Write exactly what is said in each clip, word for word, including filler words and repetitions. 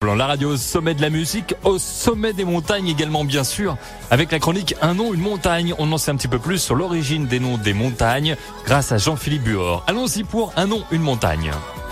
La radio au sommet de la musique, au sommet des montagnes également bien sûr, avec la chronique Un nom, une montagne. On en sait un petit peu plus sur l'origine des noms des montagnes grâce à Jean-Philippe Buor. Allons-y pour Un nom, une montagne.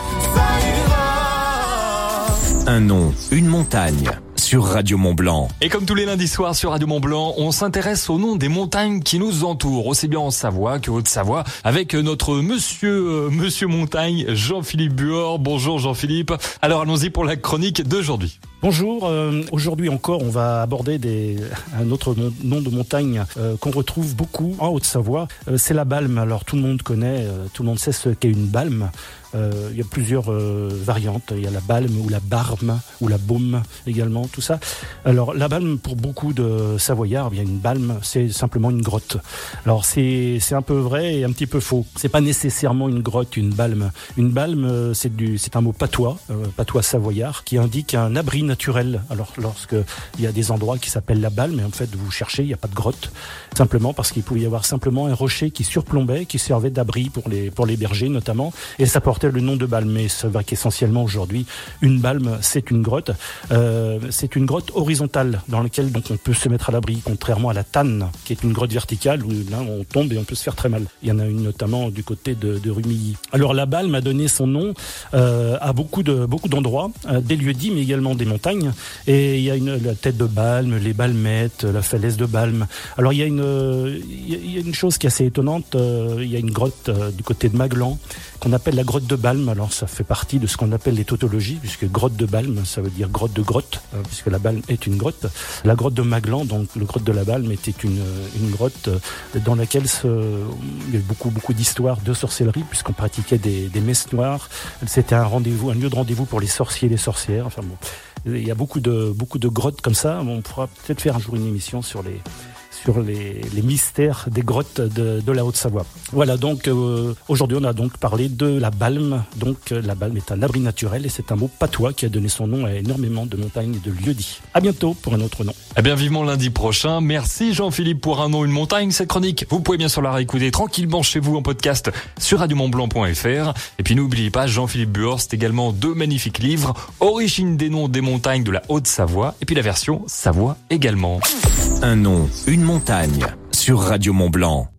Un nom, une montagne. Sur Radio Mont-Blanc. Et comme tous les lundis soirs sur Radio Mont-Blanc, on s'intéresse au nom des montagnes qui nous entourent, aussi bien en Savoie que Haute-Savoie, avec notre monsieur, euh, monsieur Montagne, Jean-Philippe Buor. Bonjour Jean-Philippe. Alors allons-y pour la chronique d'aujourd'hui. Bonjour, euh, aujourd'hui encore on va aborder des, un autre nom de montagne euh, qu'on retrouve beaucoup en Haute-Savoie, euh, c'est la balme. Alors tout le monde connaît, euh, tout le monde sait ce qu'est une balme. Euh, il y a plusieurs euh, variantes, il y a la balme ou la barme ou la baume également, tout ça. Alors la balme, pour beaucoup de Savoyards, bien une balme c'est simplement une grotte. Alors c'est c'est un peu vrai et un petit peu faux. C'est pas nécessairement une grotte, une balme. Une balme euh, c'est du c'est un mot patois, euh, patois savoyard, qui indique un abri naturel. Alors lorsque il y a des endroits qui s'appellent la balme, et en fait vous cherchez, il n'y a pas de grotte, simplement parce qu'il pouvait y avoir simplement un rocher qui surplombait, qui servait d'abri pour les pour les bergers notamment, et ça portait le nom de balme. Mais c'est vrai qu'essentiellement aujourd'hui une balme c'est une grotte. Euh, c'est une grotte horizontale dans laquelle donc on peut se mettre à l'abri, contrairement à la tanne qui est une grotte verticale où là on tombe et on peut se faire très mal. Il y en a une notamment du côté de, de Rumilly. Alors la balme a donné son nom euh, à beaucoup de beaucoup d'endroits, euh, des lieux-dits mais également des montagnes. Et il y a une, la tête de Balme, les Balmettes, la falaise de Balme. Alors il y a une, il y a une chose qui est assez étonnante. Euh, il y a une grotte euh, du côté de Maglan qu'on appelle la grotte de Balme. Alors ça fait partie de ce qu'on appelle les tautologies, puisque grotte de Balme, ça veut dire grotte de grotte, euh, puisque la Balme est une grotte. La grotte de Maglan, donc le grotte de la Balme, était une, une grotte dans laquelle se, il y a eu beaucoup, beaucoup d'histoires de sorcellerie, puisqu'on pratiquait des, des messes noires. C'était un rendez-vous, un lieu de rendez-vous pour les sorciers et les sorcières. Enfin bon. Il y a beaucoup de, beaucoup de grottes comme ça. On pourra peut-être faire un jour une émission sur les, sur les, les mystères des grottes de, de la Haute-Savoie. Voilà, donc euh, aujourd'hui on a donc parlé de la balme. Donc la balme est un abri naturel et c'est un mot patois qui a donné son nom à énormément de montagnes et de lieux-dits. À bientôt pour un autre nom. Eh bien vivement lundi prochain. Merci Jean-Philippe pour Un nom, une montagne. Cette chronique, vous pouvez bien sûr la réécouter tranquillement chez vous en podcast sur radio mont blanc point f r. Et puis n'oubliez pas, Jean-Philippe Buor, c'est également deux magnifiques livres, Origine des noms des montagnes de la Haute-Savoie et puis la version Savoie également. Un nom, une montagne sur Radio Mont-Blanc.